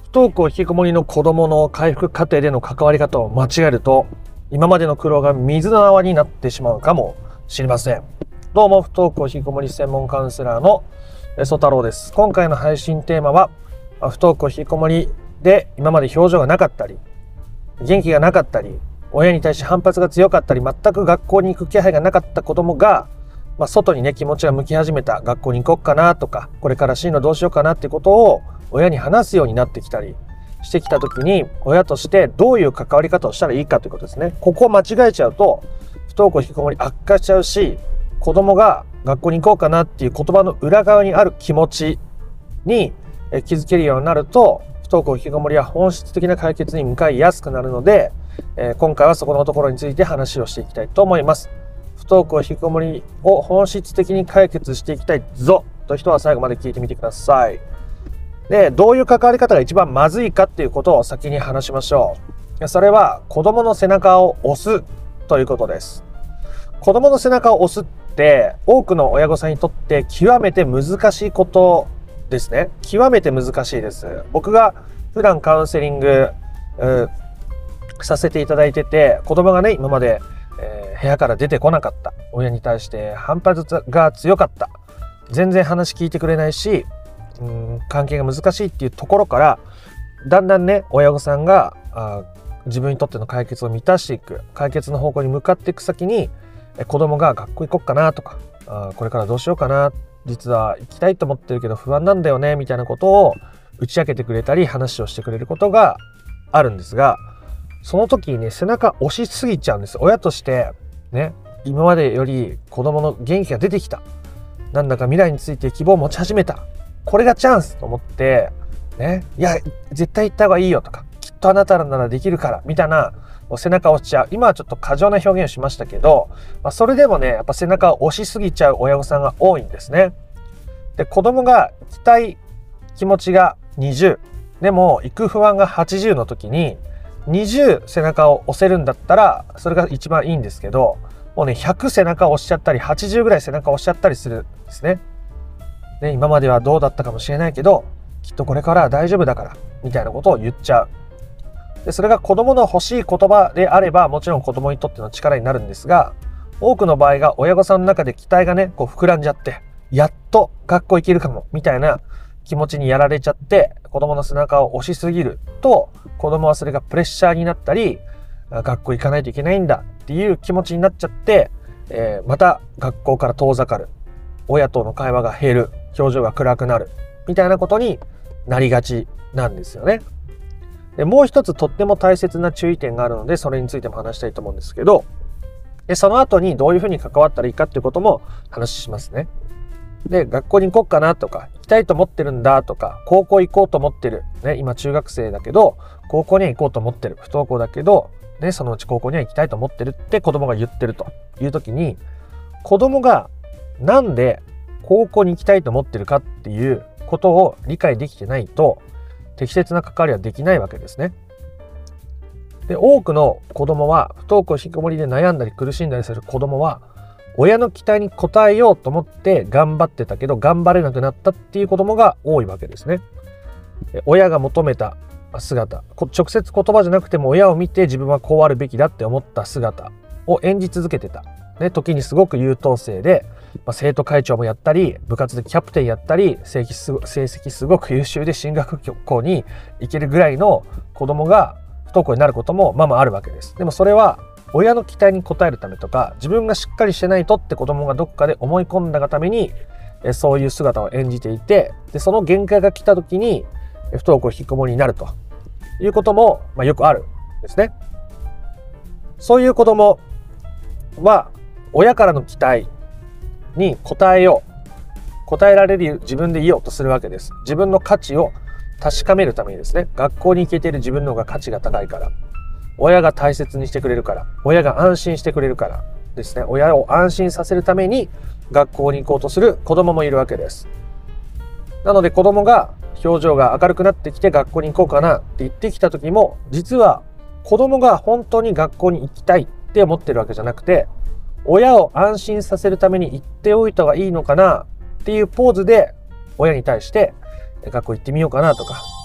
不登校引きこもりの子どもの回復過程での関わり方を間違えると、今までの苦労が水の泡になってしまうかもしれません。どうも、不登校引きこもり専門カウンセラーの曽太郎です。今回の配信テーマは、不登校引きこもりで今まで表情がなかったり、元気がなかったり、親に対して反発が強かったり、全く学校に行く気配がなかった子どもが、外にね、気持ちが向き始めた、学校に行こうかなとか、これから進路どうしようかなっていうことを親に話すようになってきたりしてきた時に、親としてどういう関わり方をしたらいいかということですね。ここを間違えちゃうと、不登校引きこもり悪化しちゃうし、子供が学校に行こうかなっていう言葉の裏側にある気持ちに気づけるようになると、不登校引きこもりは本質的な解決に向かいやすくなるので、今回はそこのところについて話をしていきたいと思います。不登校引きこもりを本質的に解決していきたいぞという人は最後まで聞いてみてください。で、どういう関わり方が一番まずいかっていうことを先に話しましょう。それは子供の背中を押すということです。子供の背中を押すって多くの親御さんにとって極めて難しいことですね。極めて難しいです。僕が普段カウンセリングさせていただいてて、子供がね、今まで部屋から出てこなかった、親に対して反発が強かった、全然話聞いてくれないし、関係が難しいっていうところから、だんだんね、親御さんが自分にとっての解決を満たしていく、解決の方向に向かっていく先に、子供が学校行こうかなとか、これからどうしようかな、実は行きたいと思ってるけど不安なんだよねみたいなことを打ち明けてくれたり、話をしてくれることがあるんですが、その時にね、背中押しすぎちゃうんです。親としてね、今までより子供の元気が出てきた、なんだか未来について希望を持ち始めた、これがチャンスと思ってね、いや絶対行った方がいいよとか、きっとあなたならできるからみたいな背中を押しちゃう。今はちょっと過剰な表現をしましたけど、それでもね、やっぱ背中を押しすぎちゃう親御さんが多いんですね。で、子供が行きたい気持ちが20でも行く不安が80の時に、20背中を押せるんだったらそれが一番いいんですけど、もうね、100背中を押しちゃったり80ぐらい背中を押しちゃったりするんですね。で、今まではどうだったかもしれないけど、きっとこれからは大丈夫だからみたいなことを言っちゃう。で、それが子供の欲しい言葉であればもちろん子供にとっての力になるんですが、多くの場合が親御さんの中で期待がね、こう膨らんじゃって、やっと学校行けるかもみたいな気持ちにやられちゃって、子供の背中を押しすぎると、子供はそれがプレッシャーになったり、学校行かないといけないんだっていう気持ちになっちゃって、また学校から遠ざかる、親との会話が減る、表情が暗くなるみたいなことになりがちなんですよね。で、もう一つとっても大切な注意点があるので、それについても話したいと思うんですけど、で、その後にどういうふうに関わったらいいかっていうことも話しますね。で、学校に行こうかなとか、行きたいと思ってるんだとか、高校行こうと思ってる、ね、今中学生だけど高校には行こうと思ってる、不登校だけど、ね、そのうち高校には行きたいと思ってるって子供が言ってるという時に、子供がなんで高校に行きたいと思ってるかっていうことを理解できてないと、適切な関わりはできないわけですね。で、多くの子供は、不登校引きこもりで悩んだり苦しんだりする子供は、親の期待に応えようと思って頑張ってたけど頑張れなくなったっていう子供が多いわけですね。親が求めた姿、直接言葉じゃなくても親を見て自分はこうあるべきだって思った姿を演じ続けてた。ね、時にすごく優等生で、生徒会長もやったり、部活でキャプテンやったり、成績すごく優秀で進学校に行けるぐらいの子供が不登校になることもままあるわけです。でもそれは親の期待に応えるためとか、自分がしっかりしてないとって子供がどっかで思い込んだがために、そういう姿を演じていて、で、その限界が来た時に不登校引きこもりになるということも、よくあるんですね。そういう子供は親からの期待に応えられる自分でいようとするわけです。自分の価値を確かめるためにですね。学校に行けている自分の方が価値が高いから、親が大切にしてくれるから、親が安心してくれるからですね。親を安心させるために学校に行こうとする子供もいるわけです。なので、子供が表情が明るくなってきて学校に行こうかなって言ってきた時も、実は子供が本当に学校に行きたいって思ってるわけじゃなくて、親を安心させるために行っておいた方がいいのかなっていうポーズで親に対して学校行ってみようかなとか、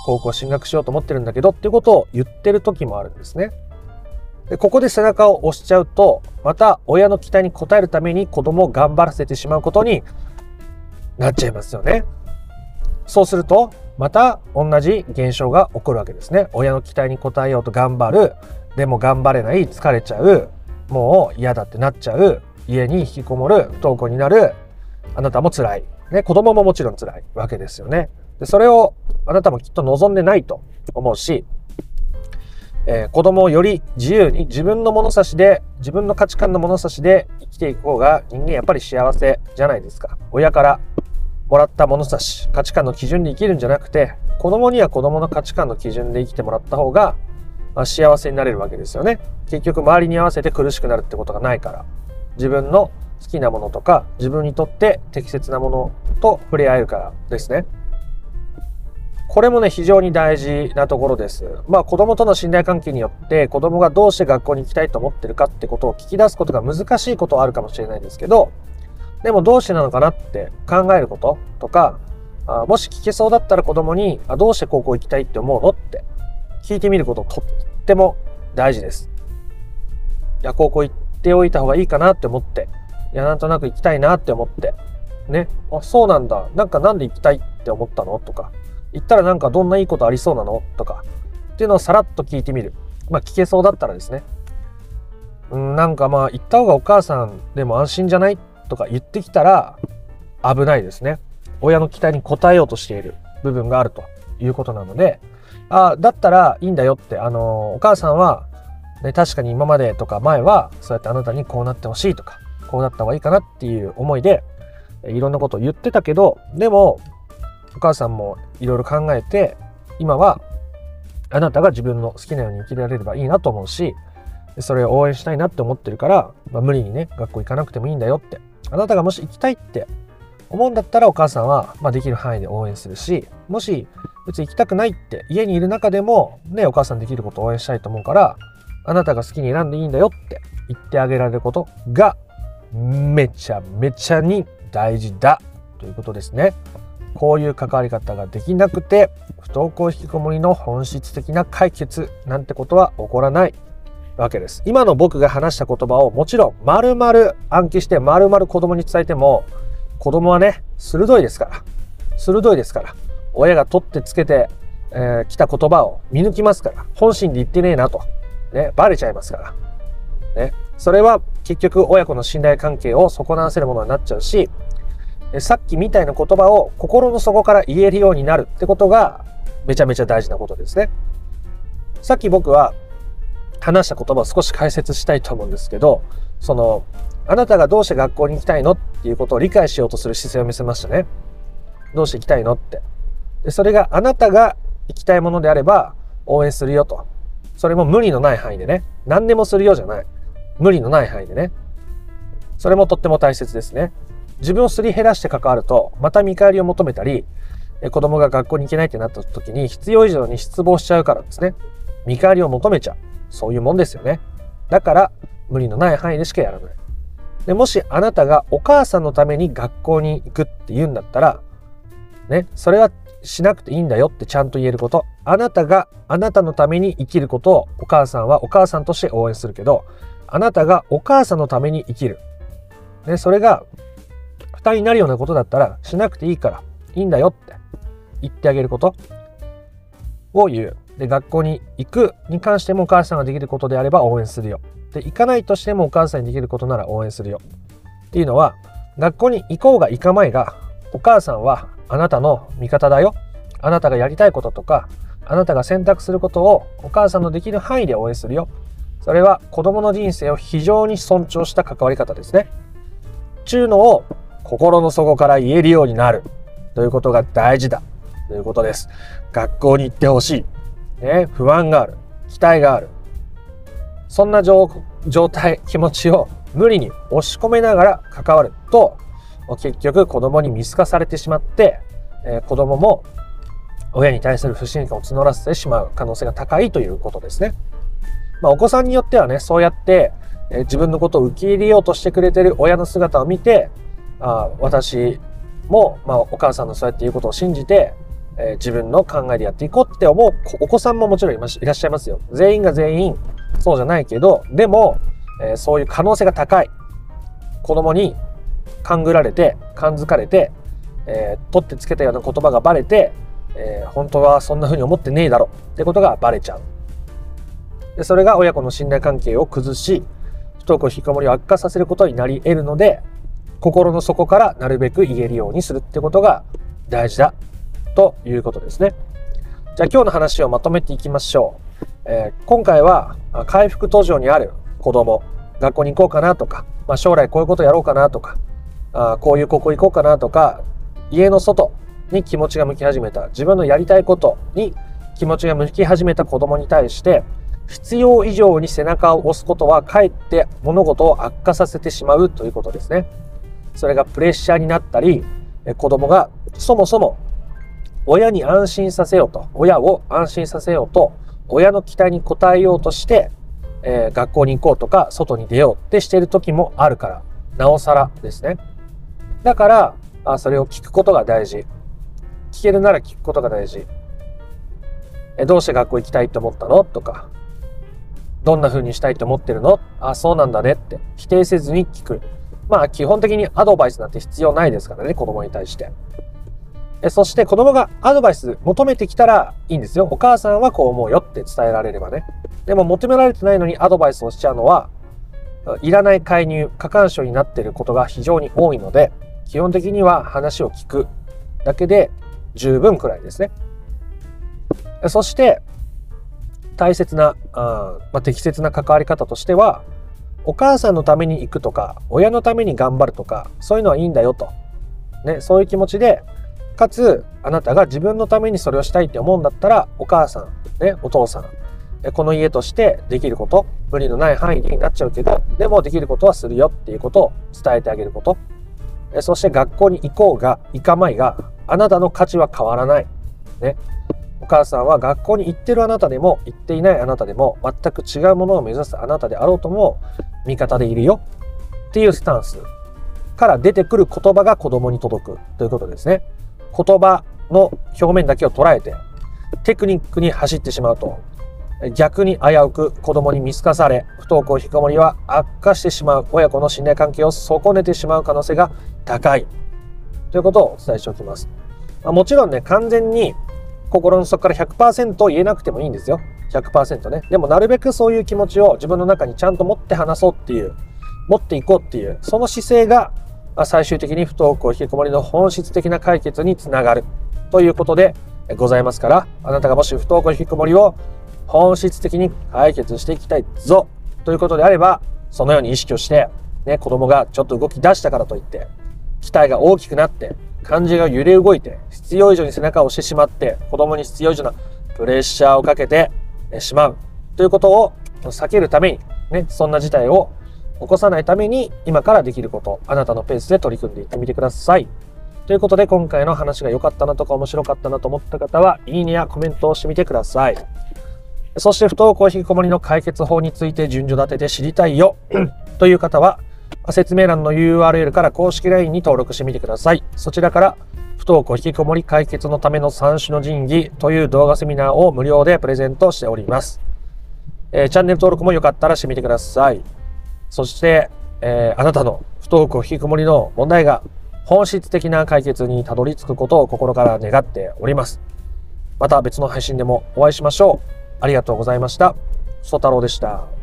高校進学しようと思ってるんだけどっていうことを言ってる時もあるんですね。でここで背中を押しちゃうと、また親の期待に応えるために子供を頑張らせてしまうことになっちゃいますよね。そうするとまた同じ現象が起こるわけですね。親の期待に応えようと頑張る、でも頑張れない、疲れちゃう、もう嫌だってなっちゃう、家に引きこもる、不登校になる、あなたも辛い、ね、子供ももちろん辛いわけですよね。でそれをあなたもきっと望んでないと思うし、子供をより自由に自分の物差しで、自分の価値観の物差しで生きていく方が人間やっぱり幸せじゃないですか。親からもらった物差し、価値観の基準で生きるんじゃなくて、子供には子供の価値観の基準で生きてもらった方が幸せになれるわけですよね。結局周りに合わせて苦しくなるってことがないから、自分の好きなものとか自分にとって適切なものと触れ合えるからですね。これもね、非常に大事なところです。子供との信頼関係によって子供がどうして学校に行きたいと思ってるかってことを聞き出すことが難しいことはあるかもしれないですけど、でもどうしてなのかなって考えることとか、もし聞けそうだったら子供にどうして高校行きたいって思うのって聞いてみることとっても大事です。いや、高校行っておいた方がいいかなって思って、いや、なんとなく行きたいなって思ってね、そうなんだ、なんで行きたいって思ったのとか、行ったらどんないいことありそうなのとかっていうのをさらっと聞いてみる。聞けそうだったらですね。行った方がお母さんでも安心じゃないとか言ってきたら危ないですね。親の期待に応えようとしている部分があるということなので、だったらいいんだよって、お母さんは、ね、確かに今までとか前はそうやってあなたにこうなってほしいとか、こうなった方がいいかなっていう思いでいろんなことを言ってたけど、でもお母さんもいろいろ考えて、今はあなたが自分の好きなように生きられればいいなと思うし、それを応援したいなって思ってるから、無理にね学校行かなくてもいいんだよって、あなたがもし行きたいって思うんだったらお母さんはできる範囲で応援するし、もし別に行きたくないって家にいる中でもね、お母さんできることを応援したいと思うから、あなたが好きに選んでいいんだよって言ってあげられることがめちゃめちゃに大事だということですね。こういう関わり方ができなくて、不登校引きこもりの本質的な解決なんてことは起こらないわけです。今の僕が話した言葉をもちろん丸々暗記して丸々子供に伝えても、子供はね鋭いですから、親が取ってつけてきた言葉を見抜きますから、本心で言ってねえなとね、バレちゃいますからね。それは結局親子の信頼関係を損なわせるものになっちゃうし、さっきみたいな言葉を心の底から言えるようになるってことがめちゃめちゃ大事なことですね。さっき僕は話した言葉を少し解説したいと思うんですけど、あなたがどうして学校に行きたいのっていうことを理解しようとする姿勢を見せましたね。どうして行きたいのって。でそれがあなたが行きたいものであれば応援するよと。それも無理のない範囲でね。何でもするよじゃない。無理のない範囲でね。それもとっても大切ですね。自分をすり減らして関わると、また見返りを求めたり、子供が学校に行けないってなった時に必要以上に失望しちゃうからですね。見返りを求めちゃう。そういうもんですよね。だから無理のない範囲でしかやらない。でもしあなたがお母さんのために学校に行くって言うんだったら、ね、それはしなくていいんだよってちゃんと言えること。あなたがあなたのために生きることをお母さんはお母さんとして応援するけど、あなたがお母さんのために生きる。ね、それが負担になるようなことだったらしなくていいからいいんだよって言ってあげることを言う。で、学校に行くに関してもお母さんができることであれば応援するよ。で、行かないとしてもお母さんにできることなら応援するよ。っていうのは、学校に行こうが行かまいが、お母さんはあなたの味方だよ。あなたがやりたいこととか、あなたが選択することをお母さんのできる範囲で応援するよ。それは子供の人生を非常に尊重した関わり方ですね。ちゅうのを心の底から言えるようになるということが大事だということです。学校に行ってほしい、ね、不安がある、期待がある、そんな状態、気持ちを無理に押し込めながら関わると、結局子供に見透かされてしまって、子供も親に対する不信感を募らせてしまう可能性が高いということですね。お子さんによってはね、そうやって自分のことを受け入れようとしてくれてる親の姿を見て、私も、お母さんのそうやって言うことを信じて、 自分の考えでやっていこうって思うお子さんももちろんいらっしゃいますよ。全員が全員そうじゃないけど、でも、そういう可能性が高い。子供に勘ぐられて、感づかれて、取ってつけたような言葉がバレて、本当はそんな風に思ってねえだろってことがバレちゃう。でそれが親子の信頼関係を崩し、不登校引きこもりを悪化させることになり得るので、心の底からなるべく言えるようにするってことが大事だということですね。じゃあ今日の話をまとめていきましょう。今回は回復途上にある子供、学校に行こうかなとか、将来こういうことやろうかなとか、こういう高校行こうかなとか、家の外に気持ちが向き始めた、自分のやりたいことに気持ちが向き始めた子供に対して、必要以上に背中を押すことはかえって物事を悪化させてしまうということですね。それがプレッシャーになったり、子供がそもそも親に安心させようと、親を安心させようと、親の期待に応えようとして、学校に行こうとか外に出ようってしている時もあるから、なおさらですね。だからそれを聞くことが大事。聞けるなら聞くことが大事。どうして学校行きたいと思ったのとか、どんな風にしたいと思ってるの？そうなんだねって否定せずに聞く。基本的にアドバイスなんて必要ないですからね、子供に対して。そして子供がアドバイス求めてきたらいいんですよ。お母さんはこう思うよって伝えられればね。でも求められてないのにアドバイスをしちゃうのは、いらない介入、過干渉になっていることが非常に多いので、基本的には話を聞くだけで十分くらいですね。そして大切な、適切な関わり方としては、お母さんのために行くとか、親のために頑張るとか、そういうのはいいんだよと。そういう気持ちで、かつ、あなたが自分のためにそれをしたいって思うんだったら、お母さん、お父さん、この家としてできること、無理のない範囲になっちゃうけど、でもできることはするよっていうことを伝えてあげること。そして学校に行こうが、行かまいが、あなたの価値は変わらない。お母さんは学校に行ってるあなたでも、行っていないあなたでも、全く違うものを目指すあなたであろうとも、味方でいるよっていうスタンスから出てくる言葉が子供に届くということですね。言葉の表面だけを捉えてテクニックに走ってしまうと、逆に危うく子供に見透かされ、不登校引きこもりは悪化してしまう、親子の信頼関係を損ねてしまう可能性が高いということをお伝えしておきます。もちろんね、完全に心の底から 100% 言えなくてもいいんですよ。100% ね。でもなるべくそういう気持ちを自分の中にちゃんと持って話そうっていう、持っていこうっていう、その姿勢が最終的に不登校引きこもりの本質的な解決につながるということでございますから、あなたがもし不登校引きこもりを本質的に解決していきたいぞということであれば、そのように意識をして、子供がちょっと動き出したからといって、期待が大きくなって、感情が揺れ動いて、必要以上に背中を押してしまって、子供に必要以上なプレッシャーをかけてしまうということを避けるために、そんな事態を起こさないために、今からできること、あなたのペースで取り組んでいってみてください。ということで、今回の話が良かったなとか面白かったなと思った方は、いいねやコメントをしてみてください。そして不登校引きこもりの解決法について順序立てて知りたいよという方は、説明欄の URL から公式 LINE に登録してみてください。そちらから不登校引きこもり解決のための3種の神器という動画セミナーを無料でプレゼントしております。チャンネル登録もよかったらしてみてください。そして、あなたの不登校引きこもりの問題が本質的な解決にたどり着くことを心から願っております。また別の配信でもお会いしましょう。ありがとうございました。そたろうでした。